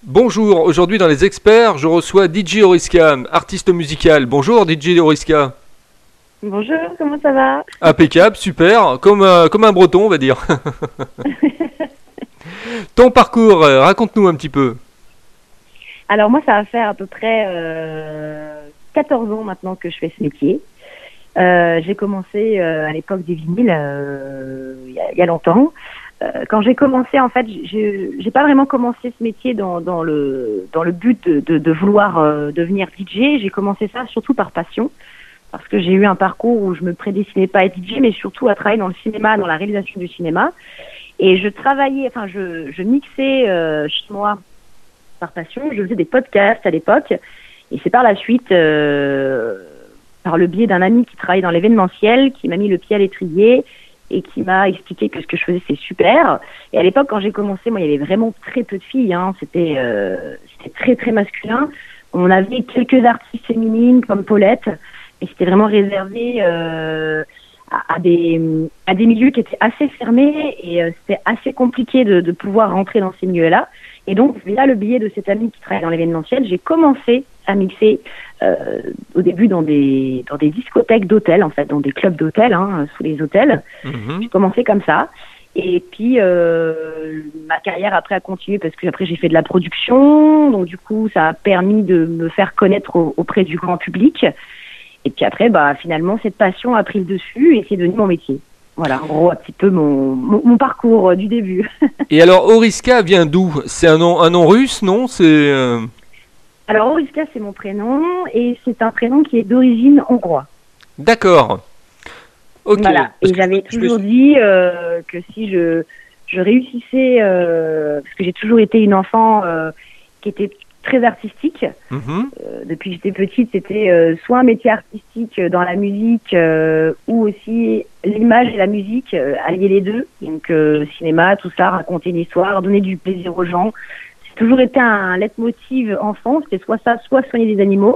Bonjour, aujourd'hui dans les experts, je reçois DJ Oriska, artiste musical. Bonjour DJ Oriska. Bonjour, comment ça va? Impeccable, super, comme un breton on va dire. Ton parcours, raconte-nous un petit peu. Alors moi, ça va faire à peu près 14 ans maintenant que je fais ce métier. J'ai commencé à l'époque des vinyles, il y a longtemps. Quand j'ai commencé, en fait, j'ai pas vraiment commencé ce métier dans le but de vouloir devenir DJ. J'ai commencé ça surtout par passion, parce que j'ai eu un parcours où je me prédestinais pas à être DJ, mais surtout à travailler dans le cinéma, dans la réalisation du cinéma. Et je mixais chez moi par passion. Je faisais des podcasts à l'époque. Et c'est par la suite, par le biais d'un ami qui travaillait dans l'événementiel, qui m'a mis le pied à l'étrier et qui m'a expliqué que ce que je faisais, c'est super. Et à l'époque, quand j'ai commencé, moi, il y avait vraiment très peu de filles. C'était très, très masculin. On avait quelques artistes féminines comme Paulette, et c'était vraiment réservé à des milieux qui étaient assez fermés, et c'était assez compliqué de pouvoir rentrer dans ces milieux-là. Et donc, via le biais de cet ami qui travaille dans l'événementiel, j'ai commencé à mixer au début dans des discothèques d'hôtels, en fait, dans des clubs d'hôtels, sous les hôtels. J'ai commencé comme ça. Et puis, ma carrière après a continué parce que après j'ai fait de la production. Donc, du coup, ça a permis de me faire connaître auprès du grand public. Et puis après, finalement, cette passion a pris le dessus et c'est devenu mon métier. Voilà, en gros, un petit peu mon parcours du début. Et alors, Oriska vient d'où? C'est un nom russe, non? Alors, Oriska, c'est mon prénom et c'est un prénom qui est d'origine hongroise. D'accord. Ok. Voilà, et j'avais toujours dit que si je réussissais, parce que j'ai toujours été une enfant qui était très artistique. Depuis que j'étais petite, c'était soit un métier artistique dans la musique ou aussi l'image et la musique, allier les deux. Donc cinéma, tout ça, raconter une histoire, donner du plaisir aux gens. C'est toujours été un leitmotiv enfant, c'était soit ça, soit soigner des animaux.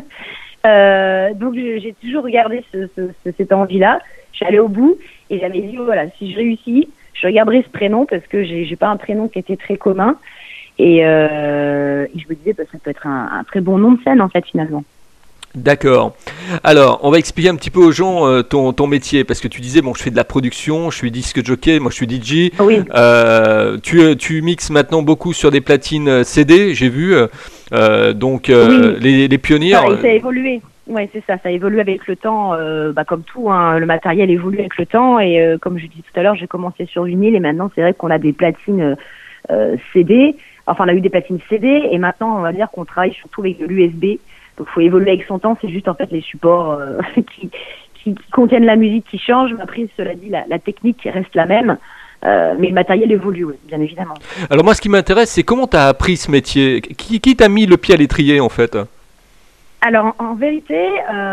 Donc j'ai toujours regardé cette envie-là. Je suis allée au bout et j'avais dit, voilà, si je réussis, je regarderai ce prénom parce que j'ai pas un prénom qui était très commun. Et je me disais, ça peut être un très bon nom de scène, en fait, finalement. D'accord. Alors, on va expliquer un petit peu aux gens ton métier, parce que tu disais, bon, je fais de la production, je suis disque jockey, moi je suis DJ. Oui. Tu mixes maintenant beaucoup sur des platines CD, j'ai vu. Donc, oui. les pionniers. Ça a évolué. Ouais, c'est ça. Ça évolue avec le temps, comme tout. Le matériel évolue avec le temps. Et comme je disais tout à l'heure, j'ai commencé sur vinyle et maintenant, c'est vrai qu'on a des platines CD. Enfin, on a eu des platines CD et maintenant, on va dire qu'on travaille surtout avec de l'USB. Donc, il faut évoluer avec son temps. C'est juste, en fait, les supports qui contiennent la musique qui changent. Mais après, cela dit, la technique reste la même. Mais le matériel évolue, oui, bien évidemment. Alors, moi, ce qui m'intéresse, c'est comment tu as appris ce métier? Qui t'a mis le pied à l'étrier, en fait? Alors, en vérité,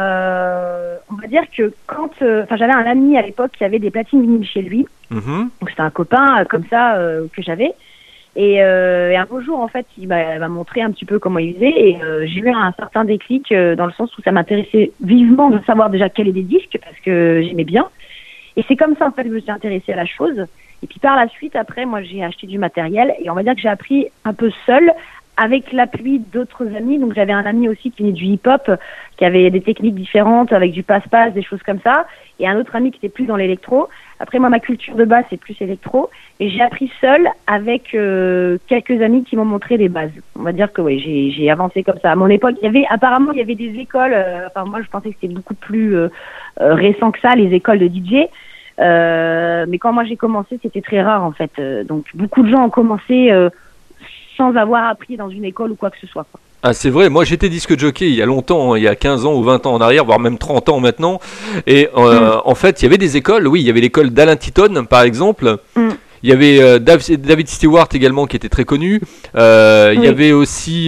on va dire que quand... j'avais un ami à l'époque qui avait des platines vinyles chez lui. Donc, c'était un copain comme ça que j'avais. Et un beau jour, en fait, il m'a montré un petit peu comment il faisait et j'ai eu un certain déclic dans le sens où ça m'intéressait vivement de savoir déjà quel est des disques parce que j'aimais bien. Et c'est comme ça, en fait, que je me suis intéressée à la chose. Et puis par la suite, après, moi, j'ai acheté du matériel et on va dire que j'ai appris un peu seule avec l'appui d'autres amis. Donc j'avais un ami aussi qui venait du hip-hop, qui avait des techniques différentes avec du passe-passe, des choses comme ça. Et un autre ami qui était plus dans l'électro. Après, moi, ma culture de base, c'est plus électro. Et j'ai appris seule avec quelques amis qui m'ont montré les bases. On va dire que oui, j'ai avancé comme ça. À mon époque, il y avait des écoles. Moi, je pensais que c'était beaucoup plus récent que ça, les écoles de DJ. Mais quand moi j'ai commencé, c'était très rare en fait. Donc beaucoup de gens ont commencé sans avoir appris dans une école ou quoi que ce soit, quoi. Ah, c'est vrai, moi j'étais disque jockey il y a longtemps, il y a 15 ans ou 20 ans en arrière, voire même 30 ans maintenant. Et en fait, il y avait des écoles, oui, il y avait l'école d'Alain Titon par exemple. Il y avait David Stewart également qui était très connu. Il y avait aussi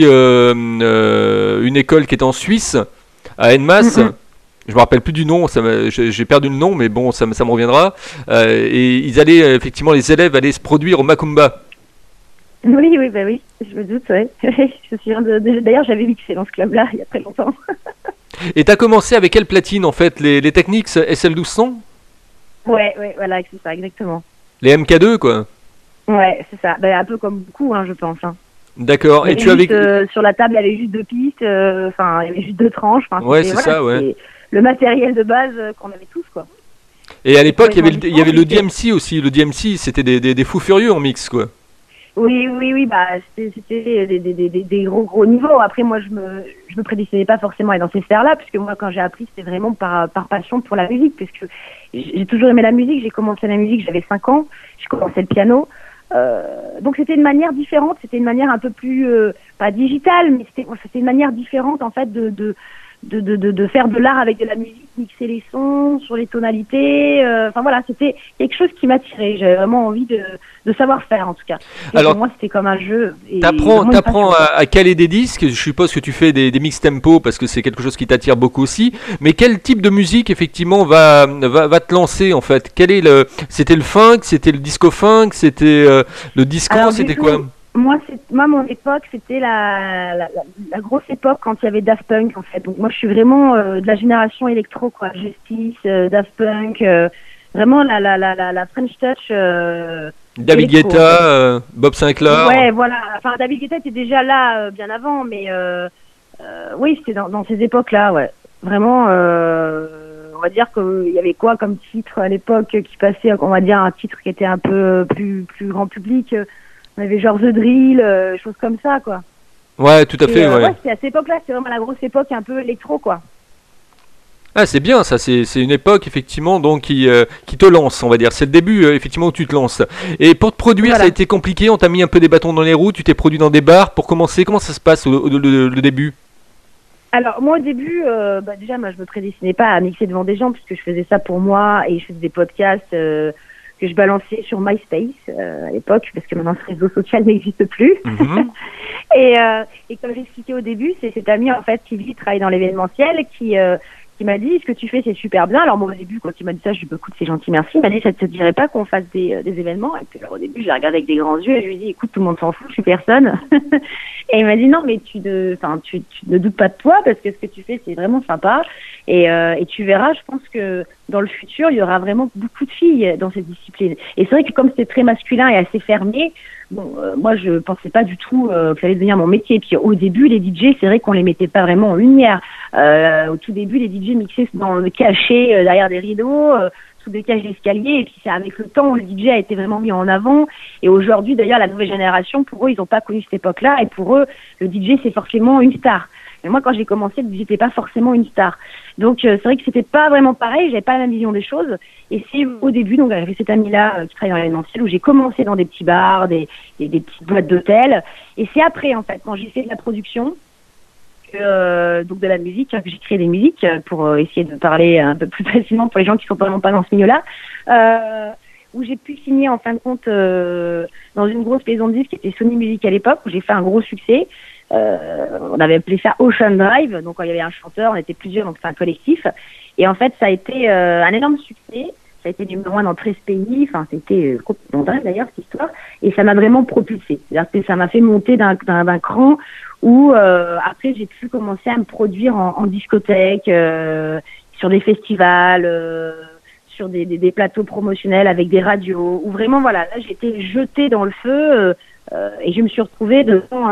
une école qui était en Suisse, à Annemasse. Je me rappelle plus du nom, j'ai perdu le nom, mais bon, ça me reviendra. Et ils allaient, effectivement, les élèves allaient se produire au Macumba. Oui, je me doute, ouais. Je me souviens d'ailleurs, j'avais mixé dans ce club-là il y a très longtemps. Et t'as commencé avec quelle platine en fait? Les Technics SL1200? Ouais, voilà, c'est ça, exactement. Les MK2 quoi? Ouais, c'est ça. Un peu comme beaucoup, je pense. D'accord. Et tu avais sur la table, il y avait juste 2 pistes, enfin il y avait juste 2 tranches. Ouais, c'est ça, ouais. Le matériel de base qu'on avait tous, quoi. Et à l'époque, il y avait le DMC aussi. Le DMC, c'était des fous furieux en mix, quoi. Oui, bah c'était des gros niveaux. Après, moi, je me prédestinais pas forcément à être dans ces sphères-là, puisque moi, quand j'ai appris, c'était vraiment par passion pour la musique, puisque j'ai toujours aimé la musique. J'ai commencé la musique, j'avais 5 ans. J'ai commencé le piano. Donc c'était une manière différente. C'était une manière un peu plus pas digitale, mais c'était une manière différente en fait de faire de l'art avec de la musique, mixer les sons sur les tonalités. Enfin voilà, c'était quelque chose qui m'attirait. J'avais vraiment envie de savoir faire en tout cas. Et alors, pour moi, c'était comme un jeu. T'apprends à caler des disques. Je suppose que tu fais des mix tempo parce que c'est quelque chose qui t'attire beaucoup aussi. Mais quel type de musique effectivement va te lancer en fait? C'était le funk, c'était le disco funk, c'était le disco, c'était quoi? Moi, mon époque, c'était la grosse époque quand il y avait Daft Punk, en fait. Donc, moi, je suis vraiment de la génération électro, quoi. Justice, Daft Punk, vraiment la French Touch. David Guetta, Bob Sinclair. Ouais, voilà. Enfin, David Guetta était déjà là bien avant, mais oui, c'était dans ces époques-là, ouais. Vraiment, on va dire qu'il y avait quoi comme titre à l'époque qui passait, on va dire un titre qui était un peu plus grand public. On avait genre The Drill, choses comme ça, quoi. Ouais, tout à fait, ouais. Ouais, c'était à cette époque-là, c'était vraiment la grosse époque un peu électro, quoi. Ah, c'est bien, ça, c'est une époque, effectivement, donc qui te lance, on va dire. C'est le début, effectivement, où tu te lances. Et pour te produire, voilà. Ça a été compliqué, on t'a mis un peu des bâtons dans les roues, tu t'es produit dans des bars. Pour commencer, comment ça se passe le début? Alors, moi, au début, déjà, moi, je me prédestinais pas à mixer devant des gens, puisque je faisais ça pour moi, et je faisais des podcasts que je balançais sur MySpace à l'époque, parce que maintenant ce réseau social n'existe plus. Mm-hmm. Et comme j'expliquais au début, c'est cet ami en fait qui travaille dans l'événementiel qui m'a dit ce que tu fais c'est super bien. Alors moi au début quand il m'a dit ça, je lui ai dit écoute c'est gentil merci. Il m'a dit ça te dirait pas qu'on fasse des événements. Et puis alors, au début je l'ai regardé avec des grands yeux et je lui ai dit écoute tout le monde s'en fout, je suis personne. Et il m'a dit non mais tu ne doutes pas de toi parce que ce que tu fais c'est vraiment sympa. Et tu verras, je pense que dans le futur, il y aura vraiment beaucoup de filles dans cette discipline. Et c'est vrai que comme c'est très masculin et assez fermé, bon, moi je pensais pas du tout que ça allait devenir mon métier. Puis au début, les DJ, c'est vrai qu'on les mettait pas vraiment en lumière. Au tout début, les DJ mixaient cachés derrière des rideaux, sous des cages d'escalier. Et puis c'est avec le temps où le DJ a été vraiment mis en avant. Et aujourd'hui, d'ailleurs, la nouvelle génération, pour eux, ils n'ont pas connu cette époque-là. Et pour eux, le DJ, c'est forcément une star. Et moi, quand j'ai commencé, le DJ n'était pas forcément une star. Donc, c'est vrai que c'était pas vraiment pareil. J'avais pas la même vision des choses. Et c'est au début, donc, j'avais cet ami-là qui travaille dans l'événementiel où j'ai commencé dans des petits bars, des petites boîtes d'hôtel. Et c'est après, en fait, quand j'ai fait de la production, donc de la musique, que j'ai créé des musiques pour essayer de parler un peu plus facilement pour les gens qui sont vraiment pas dans ce milieu-là, où j'ai pu signer en fin de compte dans une grosse maison de disques qui était Sony Music à l'époque, où j'ai fait un gros succès. On avait appelé ça Ocean Drive, donc quand il y avait un chanteur, on était plusieurs, donc c'est un collectif. Et en fait, ça a été un énorme succès. Ça a été numéro 1 dans 13 pays. Enfin, c'était complètement dingue d'ailleurs cette histoire. Et ça m'a vraiment propulsée. C'est-à-dire que ça m'a fait monter d'un cran où après j'ai pu commencer à me produire en discothèque, sur des festivals, sur des plateaux promotionnels avec des radios. Où vraiment voilà, là j'étais jetée dans le feu. Et je me suis retrouvée devant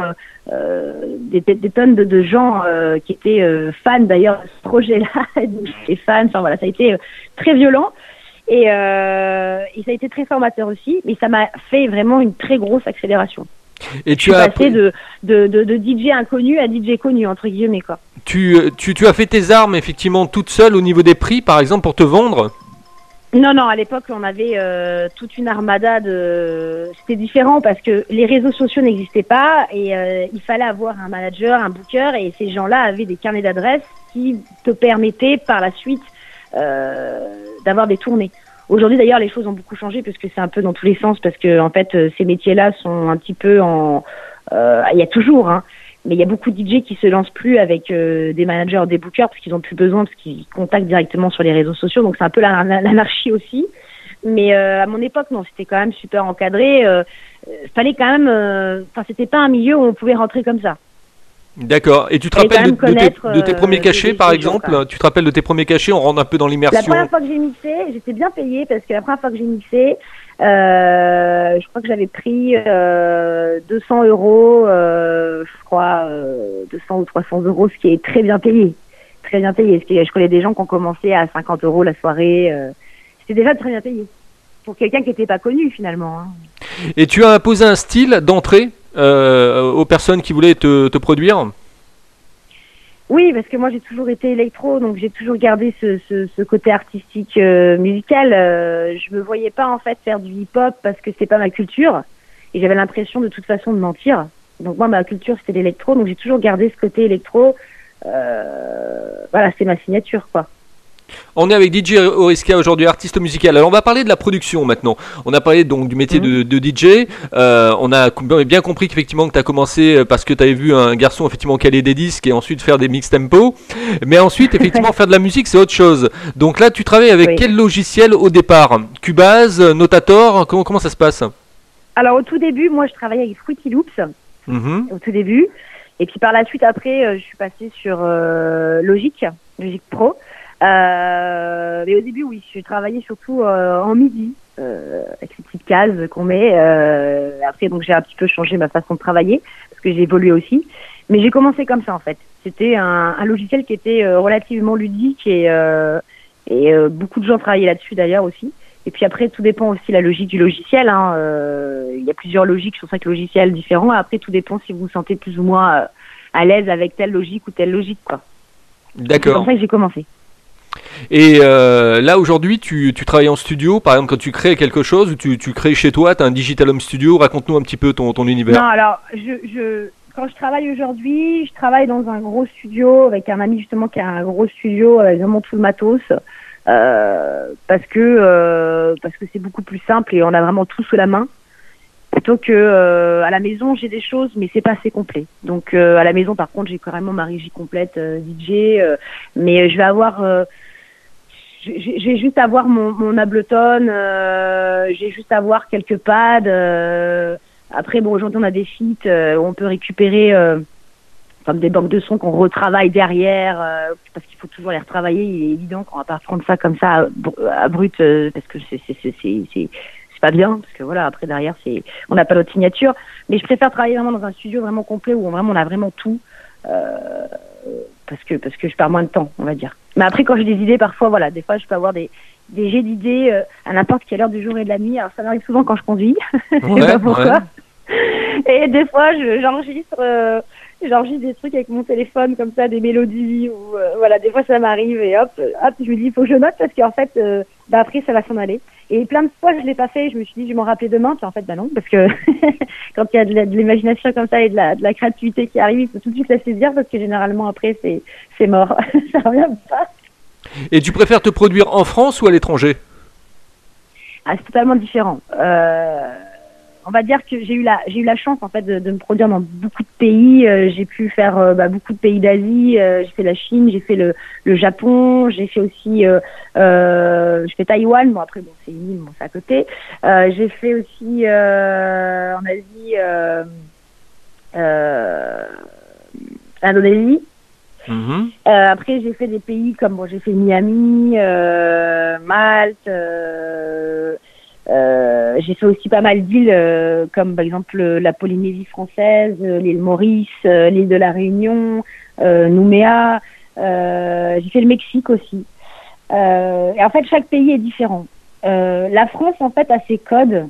des tonnes de gens qui étaient fans d'ailleurs de ce projet-là. Donc j'étais fan. Enfin voilà, ça a été très violent et ça a été très formateur aussi. Mais ça m'a fait vraiment une très grosse accélération. Et tu as passé de DJ inconnu à DJ connu entre guillemets quoi. Tu as fait tes armes effectivement toute seule au niveau des prix par exemple pour te vendre? Non, à l'époque, on avait toute une armada C'était différent parce que les réseaux sociaux n'existaient pas et il fallait avoir un manager, un booker et ces gens-là avaient des carnets d'adresses qui te permettaient par la suite d'avoir des tournées. Aujourd'hui, d'ailleurs, les choses ont beaucoup changé parce que c'est un peu dans tous les sens parce que en fait, ces métiers-là sont un petit peu il y a toujours, hein. Mais il y a beaucoup de DJ qui se lancent plus avec des managers ou des bookers parce qu'ils ont plus besoin, parce qu'ils contactent directement sur les réseaux sociaux. Donc c'est un peu l'anarchie aussi. Mais à mon époque, non, c'était quand même super encadré. Fallait quand même... c'était pas un milieu où on pouvait rentrer comme ça. D'accord. Et tu te rappelles de tes premiers cachets, par exemple? Tu te rappelles de tes premiers cachets? On rentre un peu dans l'immersion. La première fois que j'ai mixé, j'étais bien payée parce que la première fois que j'ai mixé, Je crois que j'avais pris 200 euros, je crois 200 ou 300 euros, ce qui est très bien payé. Très bien payé. Parce que je connais des gens qui ont commencé à 50 euros la soirée. C'était déjà très bien payé. Pour quelqu'un qui n'était pas connu finalement. Hein. Et tu as imposé un style d'entrée aux personnes qui voulaient te produire ? Oui, parce que moi j'ai toujours été électro, donc j'ai toujours gardé ce côté artistique musical. Je me voyais pas en fait faire du hip-hop parce que c'est pas ma culture, et j'avais l'impression de toute façon de mentir. Donc moi ma culture c'était l'électro, donc j'ai toujours gardé ce côté électro. Voilà, c'est ma signature quoi. On est avec DJ Oriska aujourd'hui, artiste musical. Alors on va parler de la production maintenant. On a parlé donc du métier de DJ. On a bien compris qu'effectivement que tu as commencé parce que tu avais vu un garçon effectivement caler des disques et ensuite faire des mix tempo. Mais ensuite effectivement faire de la musique c'est autre chose. Donc là tu travailles avec quel logiciel au départ ? Cubase, Notator, comment ça se passe ? Alors au tout début moi je travaillais avec Fruity Loops. Au tout début. Et puis par la suite après je suis passée sur Logic Pro. Mais au début, oui, je travaillais surtout en MIDI, avec les petites cases qu'on met. Après, donc j'ai un petit peu changé ma façon de travailler parce que j'ai évolué aussi. Mais j'ai commencé comme ça en fait. C'était un logiciel qui était relativement ludique et beaucoup de gens travaillaient là-dessus d'ailleurs aussi. Et puis après, tout dépend aussi de la logique du logiciel. Hein. Il y a plusieurs logiques sur 5 logiciels différents. Après, tout dépend si vous vous sentez plus ou moins à l'aise avec telle logique ou telle logique, quoi. D'accord. C'est comme ça que j'ai commencé. Et là aujourd'hui tu travailles en studio, par exemple quand tu crées quelque chose ou tu crées chez toi, tu as un Digital Home Studio, raconte-nous un petit peu ton univers. Non, alors quand je travaille aujourd'hui, je travaille dans un gros studio avec un ami justement qui a un gros studio avec vraiment tout le matos parce que c'est beaucoup plus simple et on a vraiment tout sous la main. Plutôt que à la maison j'ai des choses mais c'est pas assez complet. Donc à la maison par contre j'ai carrément ma régie complète DJ, mais je vais avoir j'ai juste à avoir mon Ableton, j'ai juste à avoir quelques pads. Après bon aujourd'hui on a des feats où on peut récupérer comme des banques de sons qu'on retravaille derrière parce qu'il faut toujours les retravailler. Il est évident qu'on va pas prendre ça comme ça à brut parce que c'est pas bien parce que voilà après derrière on n'a pas notre signature, mais je préfère travailler vraiment dans un studio vraiment complet où on a vraiment tout parce que je perds moins de temps on va dire. Mais après quand j'ai des idées parfois voilà des fois je peux avoir des jets d'idées à n'importe quelle heure du jour et de la nuit. Alors ça m'arrive souvent quand je conduis. Je sais pas pourquoi. Et des fois j'enregistre des trucs avec mon téléphone comme ça, des mélodies ou voilà, des fois ça m'arrive et hop, je me dis il faut que je note parce qu'en fait après ça va s'en aller. Et plein de fois je l'ai pas fait, je me suis dit je vais m'en rappeler demain, puis en fait non, parce que quand il y a de l'imagination comme ça et de la créativité qui arrive, il faut tout de suite la saisir parce que généralement après c'est mort, ça revient pas. Et tu préfères te produire en France ou à l'étranger ? Ah, c'est totalement différent. On va dire que j'ai eu la chance en fait de me produire dans beaucoup de pays. J'ai pu faire beaucoup de pays d'Asie. J'ai fait la Chine, j'ai fait le Japon, j'ai fait aussi j'ai fait Taïwan. Bon après bon c'est une île, bon c'est à côté. J'ai fait aussi en Asie Indonésie. Après j'ai fait des pays comme j'ai fait Miami, Malte. J'ai fait aussi pas mal d'îles comme par exemple la Polynésie française, l'île Maurice, l'île de la Réunion, Nouméa. J'ai fait le Mexique aussi. Et en fait chaque pays est différent. La France en fait a ses codes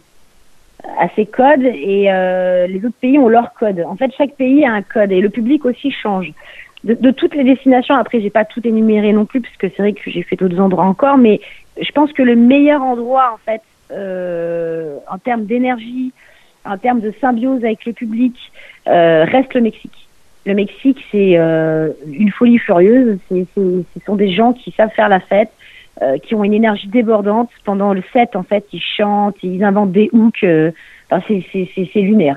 et les autres pays ont leurs codes. En fait chaque pays a un code et le public aussi change. De toutes les destinations, après j'ai pas tout énuméré non plus parce que c'est vrai que j'ai fait d'autres endroits encore, mais je pense que le meilleur endroit en fait en termes d'énergie, en termes de symbiose avec le public, reste le Mexique. Le Mexique, c'est une folie furieuse. Ce sont des gens qui savent faire la fête, qui ont une énergie débordante. Pendant le set, en fait, ils chantent, ils inventent des hooks. C'est lunaire.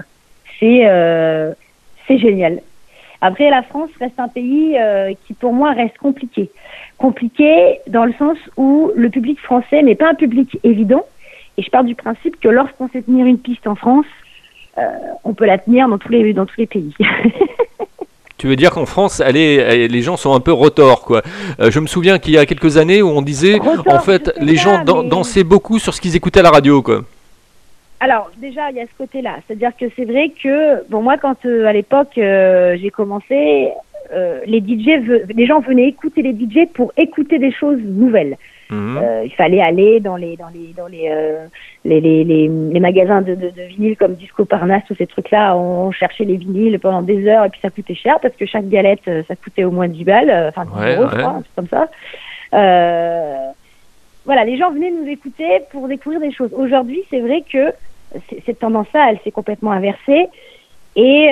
C'est génial. Après, la France reste un pays qui, pour moi, reste compliqué. Compliqué dans le sens où le public français n'est pas un public évident. Et je pars du principe que lorsqu'on sait tenir une piste en France, on peut la tenir dans tous les pays. Tu veux dire qu'en France, les gens sont un peu retors, quoi. Je me souviens qu'il y a quelques années où on disait, en fait, les gens dansaient beaucoup sur ce qu'ils écoutaient à la radio, quoi. Alors, déjà, il y a ce côté-là. C'est-à-dire que c'est vrai que, bon, moi, quand à l'époque, j'ai commencé, les gens venaient écouter les DJ pour écouter des choses nouvelles. Il fallait aller dans les magasins de vinyles comme Disco Parnasse, tous ces trucs-là. On cherchait les vinyles pendant des heures et puis ça coûtait cher parce que chaque galette, ça coûtait au moins 10 balles, enfin 10 euros, je crois, un truc comme ça. Voilà, les gens venaient nous écouter pour découvrir des choses. Aujourd'hui, c'est vrai que cette tendance-là, elle s'est complètement inversée et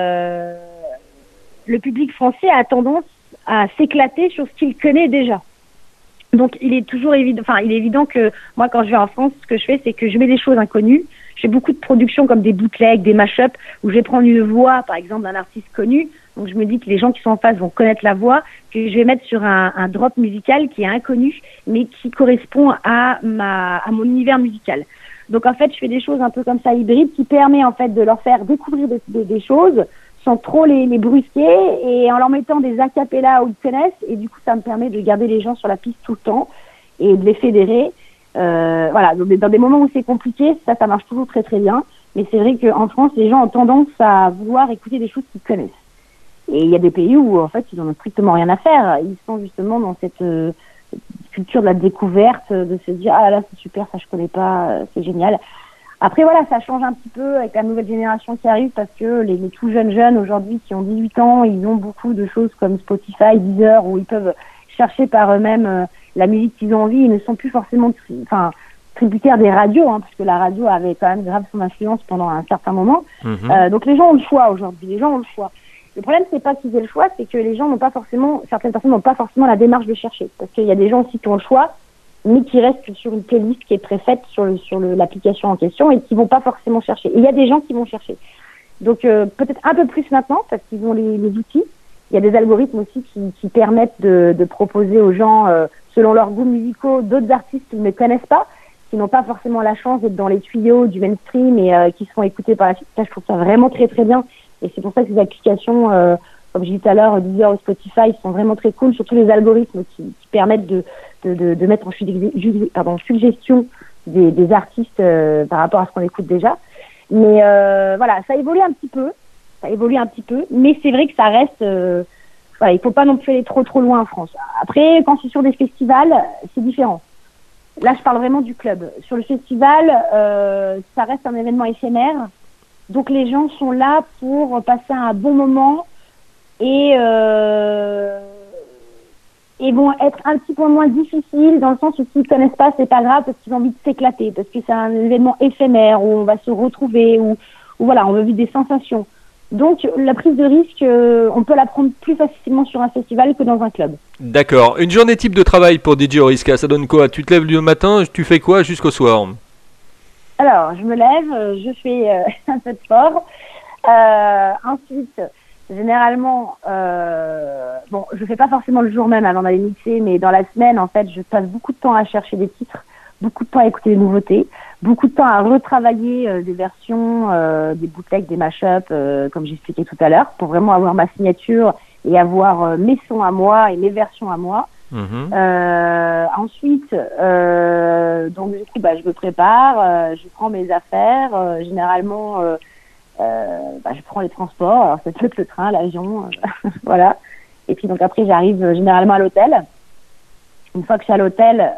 le public français a tendance à s'éclater sur ce qu'il connaît déjà. Donc, il est évident que moi, quand je vais en France, ce que je fais, c'est que je mets des choses inconnues. Je fais beaucoup de productions comme des bootlegs, des mash-ups, où je vais prendre une voix, par exemple, d'un artiste connu. Donc, je me dis que les gens qui sont en face vont connaître la voix, que je vais mettre sur un drop musical qui est inconnu, mais qui correspond à mon univers musical. Donc, en fait, je fais des choses un peu comme ça, hybrides, qui permet, en fait, de leur faire découvrir des choses, sans trop les brusquer et en leur mettant des acapellas où ils connaissent, et du coup ça me permet de garder les gens sur la piste tout le temps et de les fédérer. Voilà, donc dans des moments où c'est compliqué, ça marche toujours très très bien, mais c'est vrai qu'en France les gens ont tendance à vouloir écouter des choses qu'ils connaissent, et il y a des pays où en fait ils n'en ont strictement rien à faire, ils sont justement dans cette culture de la découverte, de se dire ah là c'est super, ça je connais pas, c'est génial. Après, voilà, ça change un petit peu avec la nouvelle génération qui arrive parce que les tout jeunes aujourd'hui qui ont 18 ans, ils ont beaucoup de choses comme Spotify, Deezer, où ils peuvent chercher par eux-mêmes la musique qu'ils ont envie. Ils ne sont plus forcément tributaires des radios, parce que la radio avait quand même grave son influence pendant un certain moment. Donc les gens ont le choix aujourd'hui, les gens ont le choix. Le problème, c'est pas qu'ils aient le choix, c'est que les gens n'ont pas forcément, certaines personnes n'ont pas forcément la démarche de chercher. Parce qu'il y a des gens aussi qui ont le choix, mais qui restent sur une playlist qui est préfaite sur l'application en question et qui vont pas forcément chercher. Et il y a des gens qui vont chercher. Donc peut-être un peu plus maintenant parce qu'ils ont les outils. Il y a des algorithmes aussi qui permettent de proposer aux gens, selon leurs goûts musicaux, d'autres artistes qu'ils ne connaissent pas, qui n'ont pas forcément la chance d'être dans les tuyaux du mainstream et qui sont écoutés par la suite. Ça, je trouve ça vraiment très très bien. Et c'est pour ça que ces applications, comme je disais tout à l'heure, Deezer ou Spotify, sont vraiment très cool, surtout les algorithmes qui permettent de mettre en suggestion des artistes par rapport à ce qu'on écoute déjà. Mais voilà, ça évolue un petit peu, mais c'est vrai que ça reste... voilà, il faut pas non plus aller trop loin en France. Après, quand c'est sur des festivals, c'est différent. Là, je parle vraiment du club. Sur le festival, ça reste un événement éphémère. Donc les gens sont là pour passer un bon moment et vont être un petit peu moins difficiles dans le sens où s'ils connaissent pas, c'est pas grave parce qu'ils ont envie de s'éclater, parce que c'est un événement éphémère où on va se retrouver, où voilà, on veut vivre des sensations. Donc la prise de risque, on peut la prendre plus facilement sur un festival que dans un club. D'accord. Une journée type de travail pour DJ Oriska, ça donne quoi? Tu te lèves le matin, tu fais quoi jusqu'au soir? Alors, je me lève, je fais un peu de sport. Ensuite, généralement, bon, je fais pas forcément le jour même avant d'aller mixer, mais dans la semaine, en fait, je passe beaucoup de temps à chercher des titres, beaucoup de temps à écouter des nouveautés, beaucoup de temps à retravailler des versions, des bootlegs, des mashups, comme j'expliquais tout à l'heure, pour vraiment avoir ma signature et avoir mes sons à moi et mes versions à moi. Ensuite, donc du coup, je me prépare, je prends mes affaires. Généralement, je prends les transports. Alors ça peut être le train, l'avion, voilà. Et puis donc après, j'arrive généralement à l'hôtel. Une fois que je suis à l'hôtel,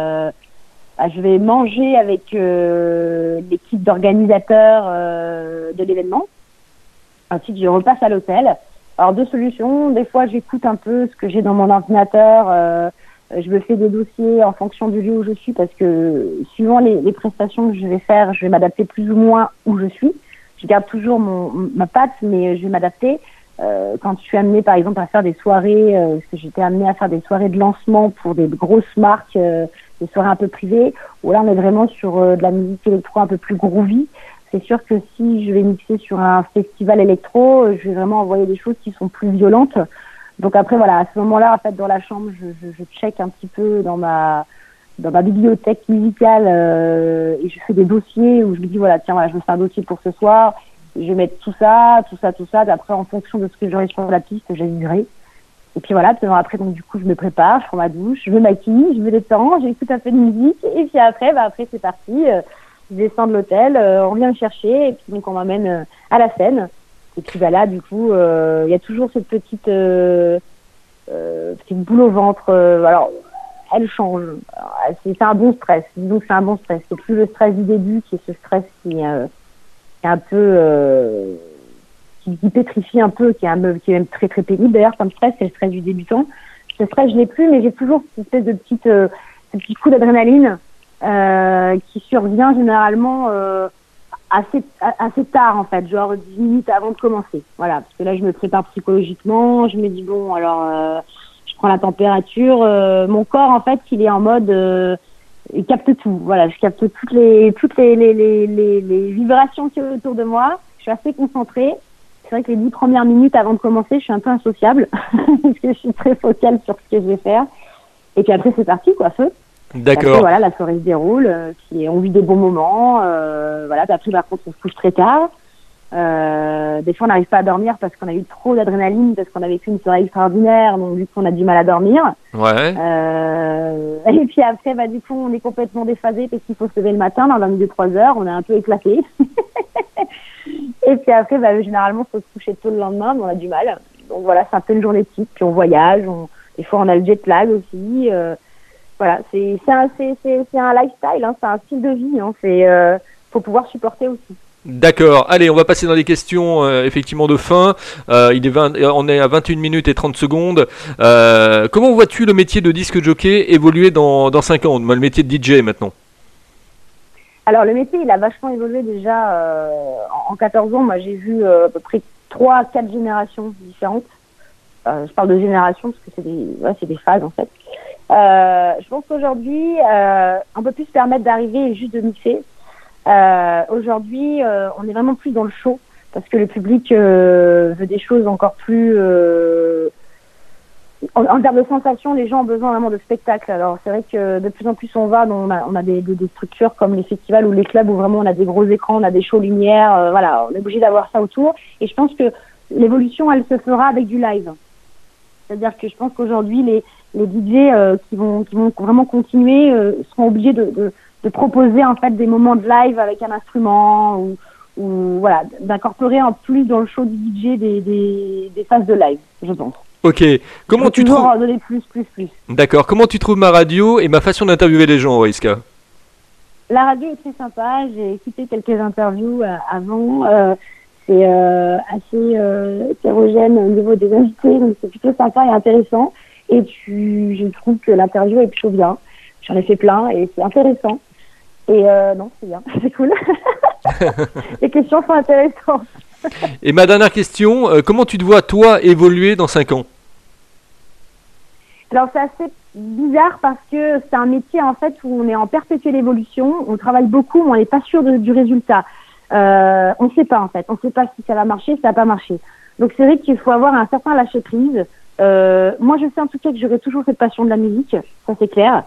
je vais manger avec l'équipe d'organisateurs de l'événement. Ensuite, je repasse à l'hôtel. Alors, deux solutions. Des fois, j'écoute un peu ce que j'ai dans mon ordinateur. Je me fais des dossiers en fonction du lieu où je suis parce que suivant les prestations que je vais faire, je vais m'adapter plus ou moins où je suis. Je garde toujours ma patte, mais je vais m'adapter. Quand je suis amenée, par exemple, à faire des soirées, parce que j'étais amenée à faire des soirées de lancement pour des grosses marques, des soirées un peu privées, où là, on est vraiment sur de la musique électro un peu plus groovy. C'est sûr que si je vais mixer sur un festival électro, je vais vraiment envoyer des choses qui sont plus violentes. Donc après, voilà, à ce moment-là, en fait, dans la chambre, je check un petit peu dans ma bibliothèque musicale et je fais des dossiers où je me dis, voilà, tiens, voilà, je veux faire un dossier pour ce soir. Je vais mettre tout ça. Après, en fonction de ce que j'aurai sur la piste, j'ajusterai. Et puis voilà, puis après, donc du coup, je me prépare, je prends ma douche, je me maquille, je me détends, j'écoute un peu de musique. Et puis après, c'est parti. je descends de l'hôtel, on vient me chercher, et puis donc on m'amène à la scène. Et puis bah là, du coup, il y a toujours cette petite boule au ventre. Alors, elle change. C'est un bon stress. Disons que c'est un bon stress. C'est plus le stress du début qui est ce stress qui est un peu qui pétrifie un peu, qui est même très très pénible d'ailleurs comme stress. C'est le stress du débutant. Ce stress, je l'ai plus, mais j'ai toujours cette espèce de petit coup d'adrénaline qui survient généralement assez tard en fait, genre 10 minutes avant de commencer. Voilà, parce que là je me prépare psychologiquement, je me dis bon alors je prends la température, mon corps en fait il est en mode il capte tout. Voilà, je capte toutes les vibrations qui sont autour de moi. Je suis assez concentrée. C'est vrai que les 10 premières minutes avant de commencer, je suis un peu insociable parce que je suis très focale sur ce que je vais faire. Et puis après c'est parti quoi, feu. D'accord. Après, voilà, la soirée se déroule, puis on vit des bons moments. Voilà, puis après, par contre, on se couche très tard. Des fois, on n'arrive pas à dormir parce qu'on a eu trop d'adrénaline, parce qu'on a vécu une soirée extraordinaire, donc du coup, on a du mal à dormir. Ouais. Et puis après, bah, du coup, on est complètement déphasé parce qu'il faut se lever le matin, dans la nuit de 3 heures, on est un peu éclaté. Et puis après, bah, généralement, il faut se coucher tôt le lendemain, mais on a du mal. Donc voilà, c'est un peu une journée type, puis on voyage, des fois, on a le jet lag aussi. Voilà, c'est un lifestyle, hein, c'est un style de vie, hein, faut pouvoir supporter aussi. D'accord, allez, on va passer dans les questions effectivement de fin. On est à 21 minutes et 30 secondes. Comment vois-tu le métier de disque jockey évoluer dans 5 ans, le métier de DJ maintenant? Alors le métier, il a vachement évolué déjà en 14 ans. Moi, j'ai vu à peu près 3-4 générations différentes. Je parle de générations parce que c'est des phases en fait. Je pense qu'aujourd'hui, on peut plus se permettre d'arriver et juste de mixer. Aujourd'hui, on est vraiment plus dans le show parce que le public veut des choses encore plus... En termes de sensations, les gens ont besoin vraiment de spectacle. Alors c'est vrai que de plus en plus on a des structures comme les festivals ou les clubs où vraiment on a des gros écrans, on a des shows lumière, voilà, on est obligé d'avoir ça autour. Et je pense que l'évolution, elle se fera avec du live. C'est-à-dire que je pense qu'aujourd'hui, les DJ qui vont vraiment continuer seront obligés de proposer en fait des moments de live avec un instrument ou voilà, d'incorporer en plus dans le show du DJ des phases de live, je pense. Ok. Comment tu trouves... en donner plus. D'accord. Comment tu trouves ma radio et ma façon d'interviewer les gens, Waiska? La radio est très sympa. J'ai écouté quelques interviews avant. C'est assez hétérogène au niveau des invités, donc c'est plutôt sympa et intéressant. Et puis, je trouve que l'interview est plutôt bien. J'en ai fait plein et c'est intéressant. Et non, c'est bien, c'est cool. Les questions sont intéressantes. Et ma dernière question, comment tu te vois, toi, évoluer dans 5 ans? Alors, c'est assez bizarre parce que c'est un métier, en fait, où on est en perpétuelle évolution. On travaille beaucoup, mais on n'est pas sûr du résultat. On ne sait pas, en fait. On ne sait pas si ça va marcher, si ça va pas marcher. Donc, c'est vrai qu'il faut avoir un certain lâcher-prise. Moi, je sais en tout cas que j'aurai toujours cette passion de la musique. Ça, c'est clair.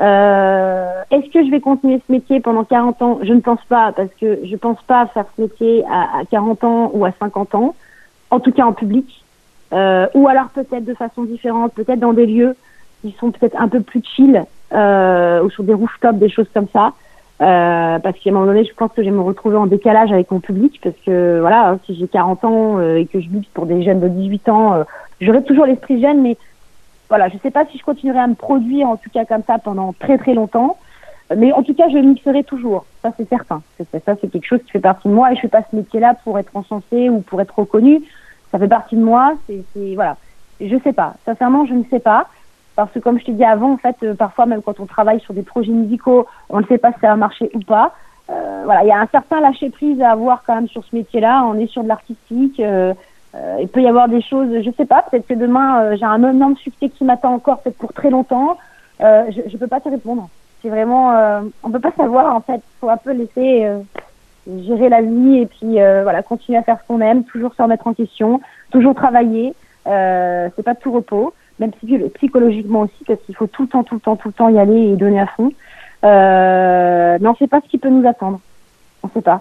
Est-ce que je vais continuer ce métier pendant 40 ans? Je ne pense pas, parce que je pense pas faire ce métier à 40 ans ou à 50 ans, en tout cas en public, ou alors peut-être de façon différente, peut-être dans des lieux qui sont peut-être un peu plus chill, ou sur des rooftops, des choses comme ça, parce qu'à un moment donné, je pense que je vais me retrouver en décalage avec mon public, parce que voilà, si j'ai 40 ans et que je mixe pour des jeunes de 18 ans, j'aurai toujours l'esprit jeune, mais voilà, je sais pas si je continuerai à me produire, en tout cas comme ça, pendant très très longtemps. Mais en tout cas, je mixerai toujours. Ça, c'est certain. Ça, c'est quelque chose qui fait partie de moi. Et je fais pas ce métier-là pour être encensée ou pour être reconnue. Ça fait partie de moi. Voilà. Je sais pas. Sincèrement, je ne sais pas. Parce que comme je t'ai dit avant, en fait, parfois, même quand on travaille sur des projets musicaux, on ne sait pas si ça va marcher ou pas. Voilà, il y a un certain lâcher-prise à avoir quand même sur ce métier-là. On est sur de l'artistique. Il peut y avoir des choses, je sais pas, peut-être que demain j'ai un énorme succès qui m'attend encore, peut-être pour très longtemps. Je peux pas te répondre. C'est vraiment, on peut pas savoir en fait. Faut un peu laisser gérer la vie et puis voilà, continuer à faire ce qu'on aime, toujours se remettre en question, toujours travailler. C'est pas de tout repos, même psychologiquement aussi, parce qu'il faut tout le temps y aller et donner à fond. Mais on sait pas ce qui peut nous attendre. On sait pas.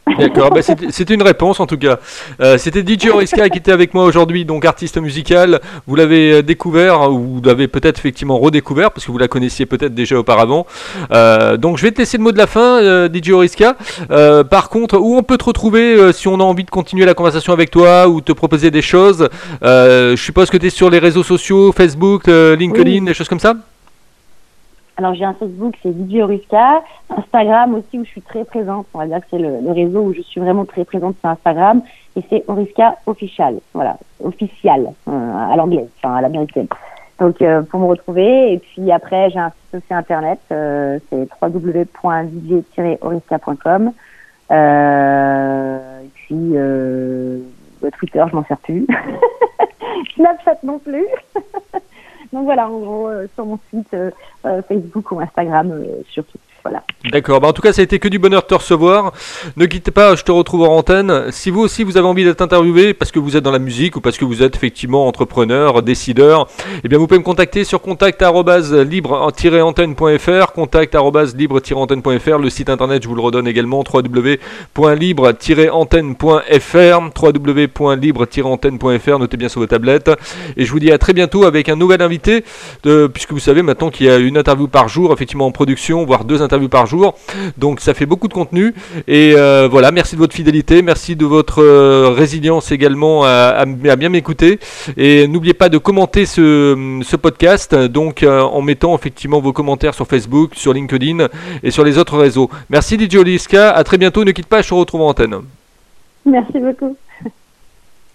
D'accord, bah c'était une réponse en tout cas. C'était DJ Oriska qui était avec moi aujourd'hui, donc artiste musical. Vous l'avez découvert, ou vous l'avez peut-être effectivement redécouvert, parce que vous la connaissiez peut-être déjà auparavant. Donc je vais te laisser le mot de la fin, DJ Oriska. Par contre, où on peut te retrouver si on a envie de continuer la conversation avec toi ou te proposer des choses? Je suppose que tu es sur les réseaux sociaux, Facebook, LinkedIn, des choses comme ça? Alors j'ai un Facebook, c'est DJ Oriska, Instagram aussi où je suis très présente, on va dire que c'est le réseau où je suis vraiment très présente sur Instagram, et c'est Oriska Official, voilà, official, à l'anglaise, enfin à l'américaine. Donc pour me retrouver, et puis après j'ai un site aussi internet, c'est www.dj-oriska.com, et puis Twitter je m'en sers plus, Snapchat non plus. Donc voilà, en gros, sur mon site Facebook ou Instagram, surtout. Voilà. D'accord, en tout cas ça a été que du bonheur de te recevoir. Ne quittez pas, je te retrouve en antenne. Si vous aussi vous avez envie d'être interviewé parce que vous êtes dans la musique ou parce que vous êtes effectivement entrepreneur, décideur, eh bien vous pouvez me contacter sur contact@libre-antenne.fr, contact@libre-antenne.fr. Le site internet je vous le redonne également, www.libre-antenne.fr, www.libre-antenne.fr. Notez bien sur vos tablettes. Et je vous dis à très bientôt avec un nouvel invité, puisque vous savez maintenant qu'il y a une interview par jour effectivement en production, voire 2 interviews par jour, donc ça fait beaucoup de contenu. Et voilà, merci de votre fidélité, merci de votre résilience également à bien m'écouter, et n'oubliez pas de commenter ce podcast, donc en mettant effectivement vos commentaires sur Facebook, sur LinkedIn et sur les autres réseaux. Merci DJ Oriska, à très bientôt, ne quitte pas, je te retrouve en antenne. Merci beaucoup.